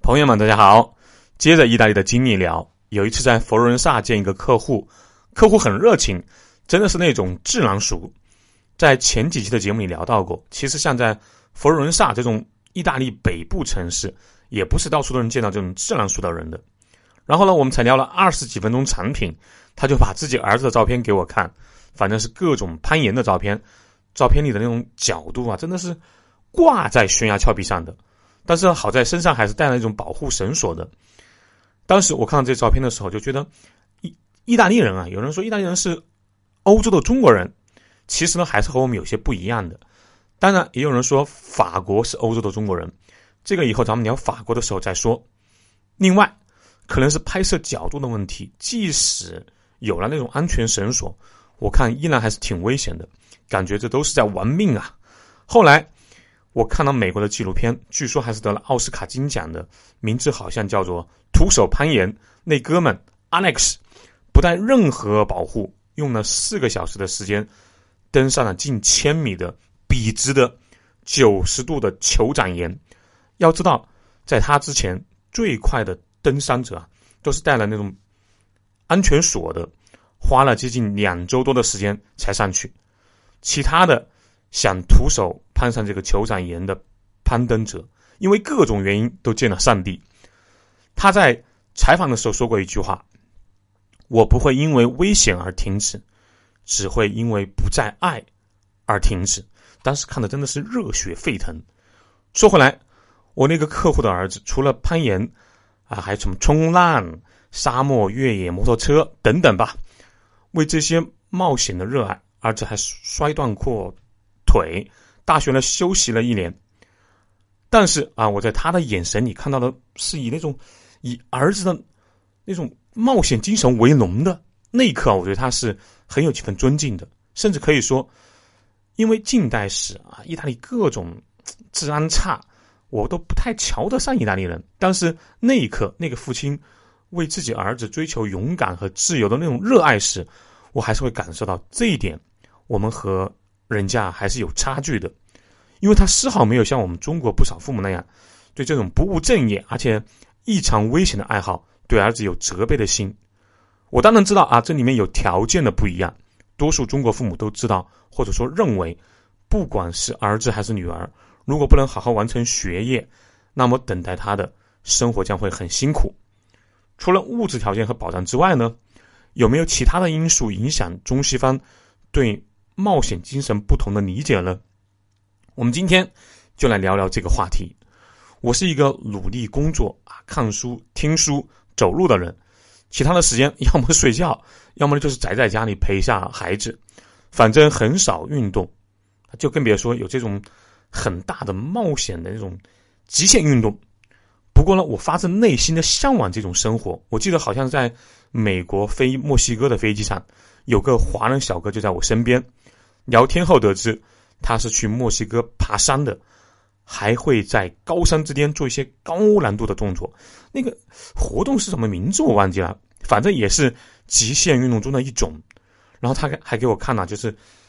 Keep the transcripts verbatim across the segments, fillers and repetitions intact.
朋友们大家好，接着意大利的经历聊，有一次在佛罗伦萨见一个客户，客户很热情，真的是那种智囊熟。在前几期的节目里聊到过，其实像在佛罗伦萨这种意大利北部城市，也不是到处都能见到这种智囊熟的人的。然后呢，我们才聊了二十几分钟产品，他就把自己儿子的照片给我看，反正是各种攀岩的照片，照片里的那种角度啊，真的是挂在悬崖峭壁上的。但是好在身上还是带了一种保护绳索的。当时我看到这照片的时候，就觉得意意大利人啊，有人说意大利人是欧洲的中国人，其实呢还是和我们有些不一样的。当然也有人说法国是欧洲的中国人，这个以后咱们聊法国的时候再说。另外可能是拍摄角度的问题，即使有了那种安全绳索，我看依然还是挺危险的，感觉这都是在玩命啊。后来我看到美国的纪录片，据说还是得了奥斯卡金奖的，名字好像叫做徒手攀岩，那哥们 Alex 不带任何保护，用了四个小时的时间登上了近千米的笔直的九十度的酋长岩。要知道在他之前最快的登山者啊，都是带了那种安全锁的，花了接近两周多的时间才上去。其他的想徒手攀上这个酋长岩的攀登者，因为各种原因都见了上帝。他在采访的时候说过一句话，我不会因为危险而停止，只会因为不再爱而停止。当时看的真的是热血沸腾。说回来，我那个客户的儿子除了攀岩啊，还什么冲浪、沙漠越野摩托车等等吧，为这些冒险的热爱，儿子还摔断过腿，大学呢休息了一年。但是啊，我在他的眼神里看到的是以那种以儿子的那种冒险精神为荣的那一刻，我觉得他是很有几分尊敬的。甚至可以说，因为近代史啊，意大利各种治安差，我都不太瞧得上意大利人。但是那一刻，那个父亲为自己儿子追求勇敢和自由的那种热爱时，我还是会感受到这一点，我们和人家还是有差距的。因为他丝毫没有像我们中国不少父母那样，对这种不务正业而且异常危险的爱好对儿子有责备的心。我当然知道啊，这里面有条件的不一样，多数中国父母都知道，或者说认为，不管是儿子还是女儿，如果不能好好完成学业，那么等待他的生活将会很辛苦。除了物质条件和保障之外呢，有没有其他的因素影响中西方对冒险精神不同的理解呢？我们今天就来聊聊这个话题。我是一个努力工作啊、看书、听书、走路的人，其他的时间要么睡觉，要么就是宅在家里陪一下孩子，反正很少运动，就更别说有这种很大的冒险的那种极限运动。不过呢，我发自内心的向往这种生活。我记得好像在美国飞墨西哥的飞机上，有个华人小哥就在我身边，聊天后得知他是去墨西哥爬山的，还会在高山之巅做一些高难度的动作。那个活动是什么名字我忘记了，反正也是极限运动中的一种。然后他还给我看了、啊、就是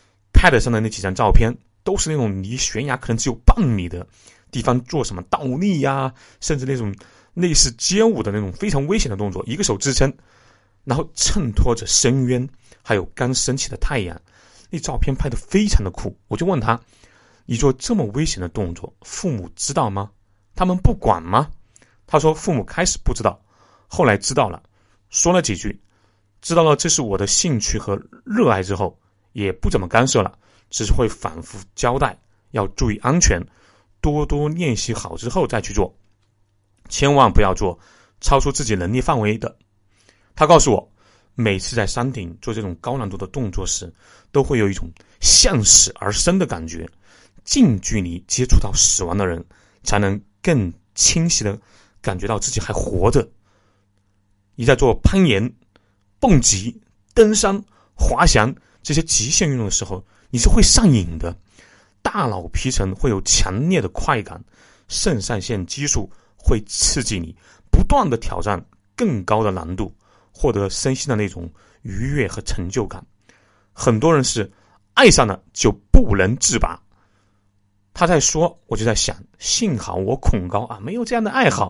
pad 上的那几张照片，都是那种离悬崖可能只有半米的地方做什么倒立呀，甚至那种类似街舞的那种非常危险的动作，一个手支撑，然后衬托着深渊，还有刚升起的太阳。那照片拍得非常的酷。我就问他，你做这么危险的动作，父母知道吗？他们不管吗？他说父母开始不知道，后来知道了，说了几句，知道了这是我的兴趣和热爱之后，也不怎么干涉了，只是会反复交代要注意安全，多多练习好之后再去做，千万不要做超出自己能力范围的。他告诉我，每次在山顶做这种高难度的动作时，都会有一种向死而生的感觉。近距离接触到死亡的人，才能更清晰的感觉到自己还活着。你在做攀岩、蹦极、登山、滑翔这些极限运动的时候，你是会上瘾的，大脑皮层会有强烈的快感，肾上腺激素会刺激你不断的挑战更高的难度，获得身心的那种愉悦和成就感。很多人是爱上了就不能自拔。他在说，我就在想，幸好我恐高啊，没有这样的爱好，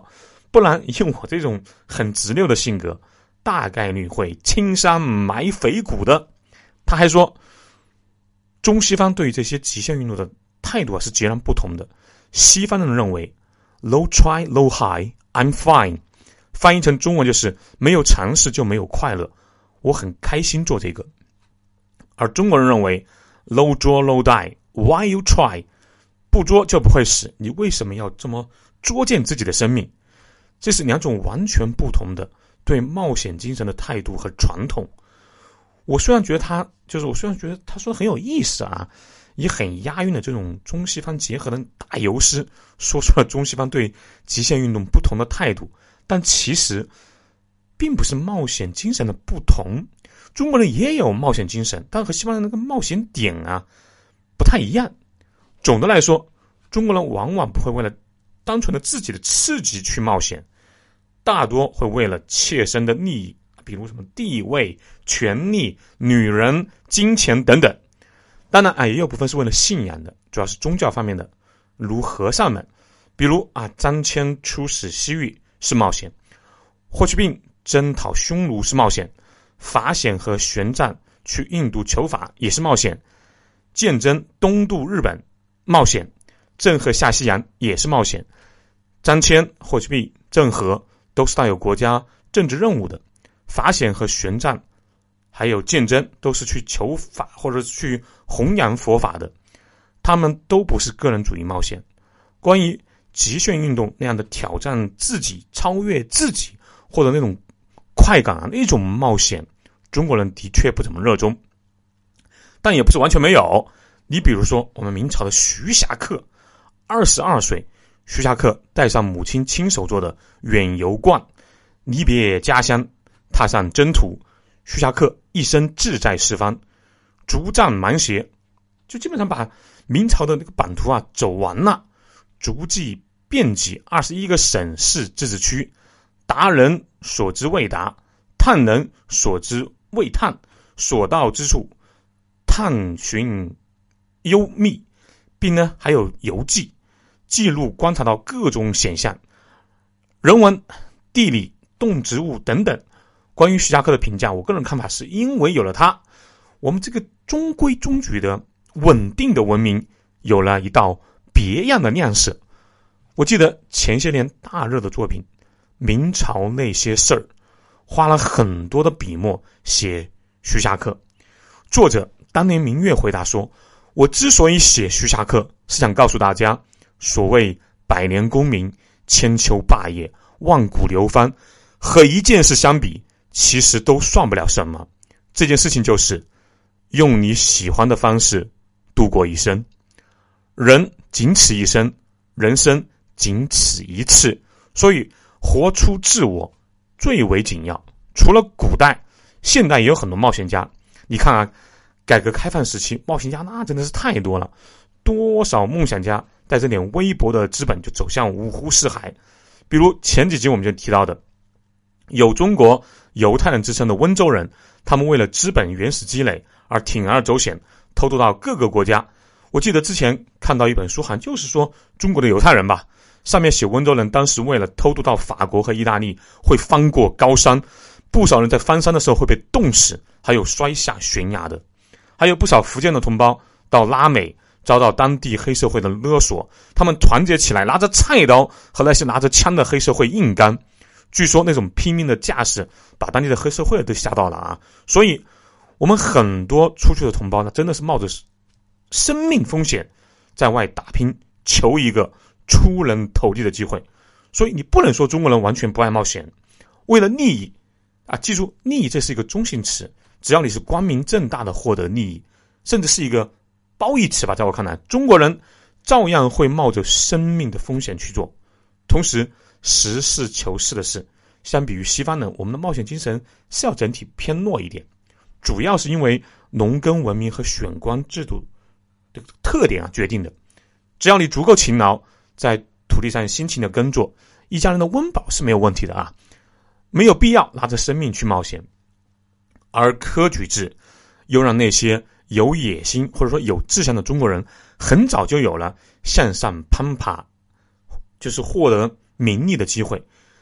不然用我这种很直溜的性格，大概率会青山埋肥骨的。他还说，中西方对于这些极限运动的态度啊是截然不同的。西方人认为 low try low high I'm fine， 翻译成中文就是没有尝试就没有快乐，我很开心做这个。而中国人认为 low draw low die why you try， 不作就不会死，你为什么要这么作践自己的生命？这是两种完全不同的对冒险精神的态度和传统。我虽然觉得他就是我虽然觉得他说的很有意思啊，也很押韵的这种中西方结合的大游诗，说出了中西方对极限运动不同的态度，但其实并不是冒险精神的不同。中国人也有冒险精神，但和西方人那个冒险点啊不太一样。总的来说，中国人往往不会为了单纯的自己的刺激去冒险，大多会为了切身的利益，比如什么地位、权力、女人、金钱等等。当然啊，也有部分是为了信仰的，主要是宗教方面的，如和尚们，比如啊张骞出使西域是冒险，霍去病征讨匈奴是冒险，法显和玄奘去印度求法也是冒险，鉴真东渡日本冒险，郑和下西洋也是冒险。张骞、霍去病、郑和都是带有国家政治任务的，法显和玄奘还有鉴真都是去求法或者去弘扬佛法的，他们都不是个人主义冒险。关于极限运动那样的挑战自己、超越自己或者那种快感啊那种冒险，中国人的确不怎么热衷，但也不是完全没有。你比如说我们明朝的徐霞客，二十二岁，徐霞客带上母亲亲手做的远游罐，离别家乡，踏上征途。徐霞客一生志在四方，逐战蛮邪，就基本上把明朝的那个版图啊走完了，足迹遍及二十一个省市自治区，达人所知未达，探人所知未探，所到之处探寻幽秘，并呢还有游记，记录观察到各种现象，人文、地理、动植物等等。关于徐霞客的评价，我个人看法是因为有了他，我们这个中规中矩的稳定的文明有了一道别样的亮色。我记得前些年大热的作品《明朝那些事儿》，花了很多的笔墨写徐霞客。作者当年明月回答说，我之所以写徐霞客，是想告诉大家，所谓百年功名、千秋霸业、万古流芳，和一件事相比，其实都算不了什么。这件事情就是用你喜欢的方式度过一生。人仅此一生，人生仅此一次，所以活出自我最为紧要。除了古代，现代也有很多冒险家。你看啊，改革开放时期冒险家那真的是太多了，多少梦想家带着点微薄的资本就走向五湖四海。比如前几集我们就提到的，有中国犹太人之称的温州人，他们为了资本原始积累而铤而走险，偷渡到各个国家。我记得之前看到一本书，好像就是说中国的犹太人吧，上面写温州人当时为了偷渡到法国和意大利会翻过高山，不少人在翻山的时候会被冻死，还有摔下悬崖的。还有不少福建的同胞到拉美遭到当地黑社会的勒索，他们团结起来拿着菜刀和那些拿着枪的黑社会硬刚，据说那种拼命的架势把当地的黑社会都吓到了啊！所以我们很多出去的同胞呢，真的是冒着生命风险在外打拼，求一个出人头地的机会。所以你不能说中国人完全不爱冒险，为了利益啊，记住利益这是一个中性词，只要你是光明正大的获得利益，甚至是一个褒义词吧，在我看来，中国人照样会冒着生命的风险去做。同时实事求是的是，相比于西方人，我们的冒险精神是要整体偏弱一点，主要是因为农耕文明和选官制度的特点啊决定的。只要你足够勤劳，在土地上辛勤的耕作，一家人的温饱是没有问题的啊，没有必要拿着生命去冒险。而科举制又让那些有野心或者说有志向的中国人很早就有了向上攀爬，就是获得名利的机会。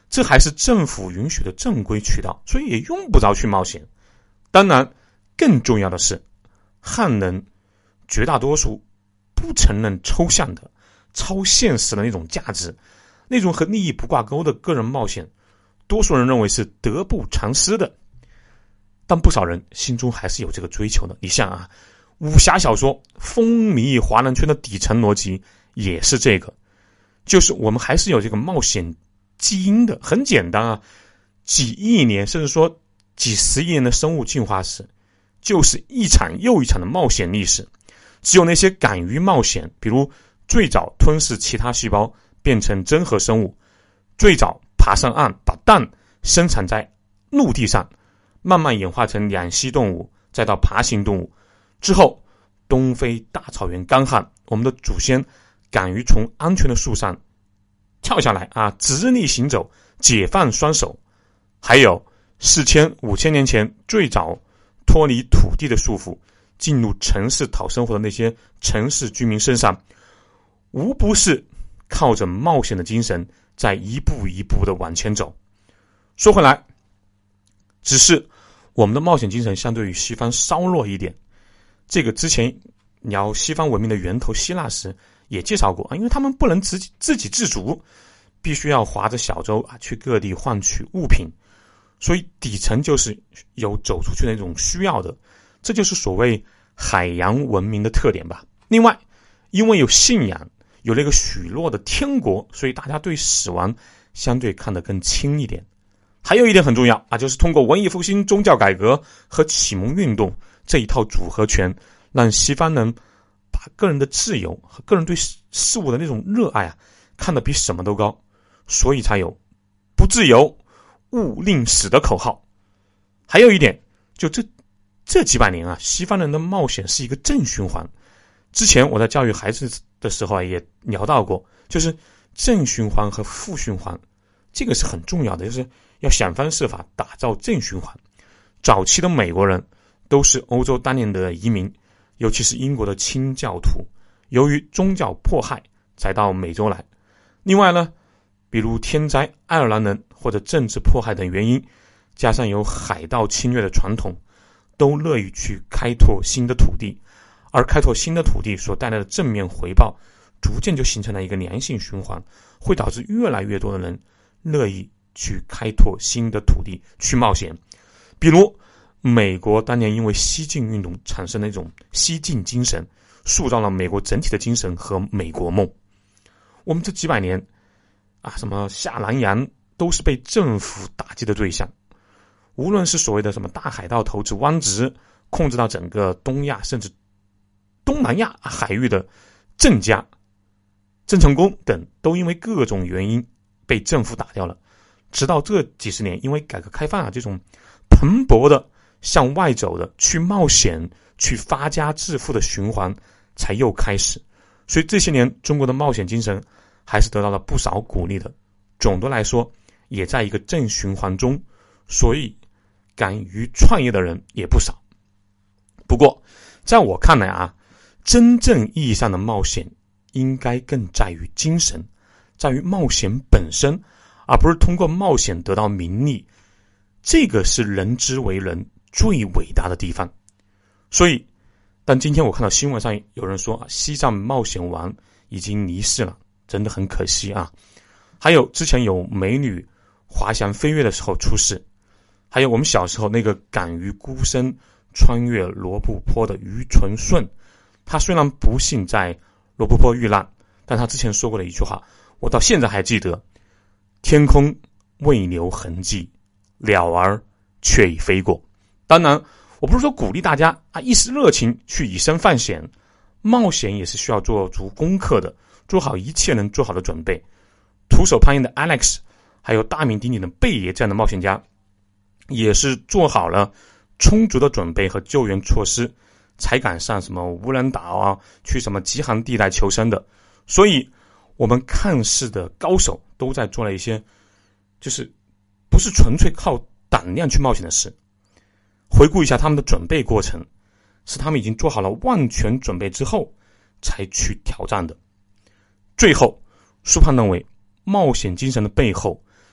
这还是政府允许的正规渠道，所以也用不着去冒险。当然，更重要的是，汉人绝大多数不承认抽象的、超现实的那种价值，那种和利益不挂钩的个人冒险，多数人认为是得不偿失的。但不少人心中还是有这个追求的。你像啊，武侠小说风靡华人圈的底层逻辑也是这个，就是我们还是有这个冒险基因的。很简单啊，几亿年甚至说几十亿年的生物进化史，就是一场又一场的冒险历史。只有那些敢于冒险，比如最早吞噬其他细胞变成真核生物，最早爬上岸把蛋生产在陆地上，慢慢演化成两栖动物，再到爬行动物，之后东非大草原干旱，我们的祖先敢于从安全的树上跳下来啊，直立行走，解放双手。还有四千五千年前最早脱离土地的束缚，进入城市讨生活的那些城市居民身上，无不是靠着冒险的精神在一步一步的往前走。说回来，只是我们的冒险精神相对于西方稍弱一点。这个之前聊西方文明的源头希腊时也介绍过，因为他们不能自己自给自足，必须要划着小舟啊去各地换取物品，所以底层就是有走出去的那种需要的，这就是所谓海洋文明的特点吧。另外，因为有信仰，有那个许诺的天国，所以大家对死亡相对看得更轻一点。还有一点很重要啊，就是通过文艺复兴、宗教改革和启蒙运动这一套组合拳，让西方人把个人的自由和个人对事物的那种热爱啊，看得比什么都高，所以才有不自由勿令死的口号。还有一点，就这这几百年啊，西方人的冒险是一个正循环。之前我在教育孩子的时候啊，也聊到过，就是正循环和负循环，这个是很重要的，就是要想方设法打造正循环。早期的美国人都是欧洲当年的移民，尤其是英国的清教徒，由于宗教迫害才到美洲来。另外呢，比如天灾、爱尔兰人或者政治迫害等原因，加上有海盗侵略的传统，都乐于去开拓新的土地，而开拓新的土地所带来的正面回报，逐渐就形成了一个良性循环，会导致越来越多的人乐意去开拓新的土地，去冒险。比如美国当年因为西进运动产生那种西进精神，塑造了美国整体的精神和美国梦。我们这几百年啊，什么下南洋都是被政府打击的对象，无论是所谓的什么大海盗头子汪直，控制到整个东亚甚至东南亚海域的郑家、郑成功等，都因为各种原因被政府打掉了。直到这几十年，因为改革开放啊，这种蓬勃的向外走的去冒险、去发家致富的循环才又开始。所以这些年中国的冒险精神还是得到了不少鼓励的，总的来说也在一个正循环中，所以敢于创业的人也不少。不过在我看来啊，真正意义上的冒险应该更在于精神，在于冒险本身，而不是通过冒险得到名利。这个是人之为人最伟大的地方。所以但今天我看到新闻上有人说啊，西藏冒险王已经离世了，真的很可惜啊。还有之前有美女滑翔飞跃的时候出事，还有我们小时候那个敢于孤身穿越罗布泊的于纯顺，他虽然不幸在罗布泊遇难，但他之前说过的一句话我到现在还记得，天空未留痕迹，鸟儿却已飞过。当然我不是说鼓励大家啊一时热情去以身犯险，冒险也是需要做足功课的，做好一切能做好的准备。徒手攀岩的 Alex， 还有大名鼎鼎的贝爷这样的冒险家，也是做好了充足的准备和救援措施，才敢上什么无人岛啊，去什么极寒地带求生的。所以我们看似的高手都在做了一些就是不是纯粹靠胆量去冒险的事。回顾一下他们的准备过程，是他们已经做好了万全准备之后才去挑战的。最后苏胖认为，冒险精神的背后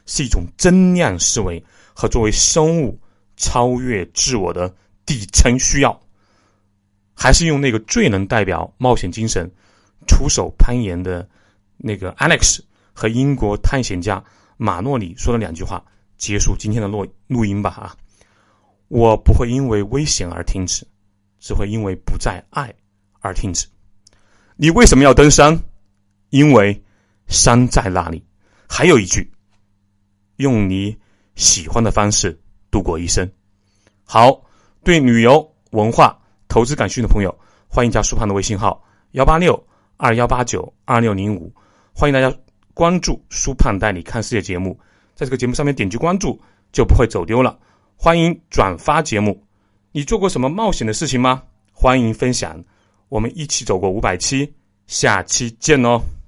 是一种增量思维和作为生物超越自我的底层需要，还是用那个最能代表冒险精神出手攀岩的那个 Alex 和英国探险家马诺里说的两句话结束今天的录录音吧啊！我不会因为危险而停止，只会因为不再爱而停止。你为什么要登山？因为山在那里。还有一句，用你喜欢的方式度过一生。好，对旅游、文化、投资感兴趣的朋友，欢迎加苏胖的微信号一八六二一八九二六零五，欢迎大家关注苏胖带你看世界节目，在这个节目上面点击关注就不会走丢了。欢迎转发节目。你做过什么冒险的事情吗？欢迎分享，我们一起走过五百期，下期见哦。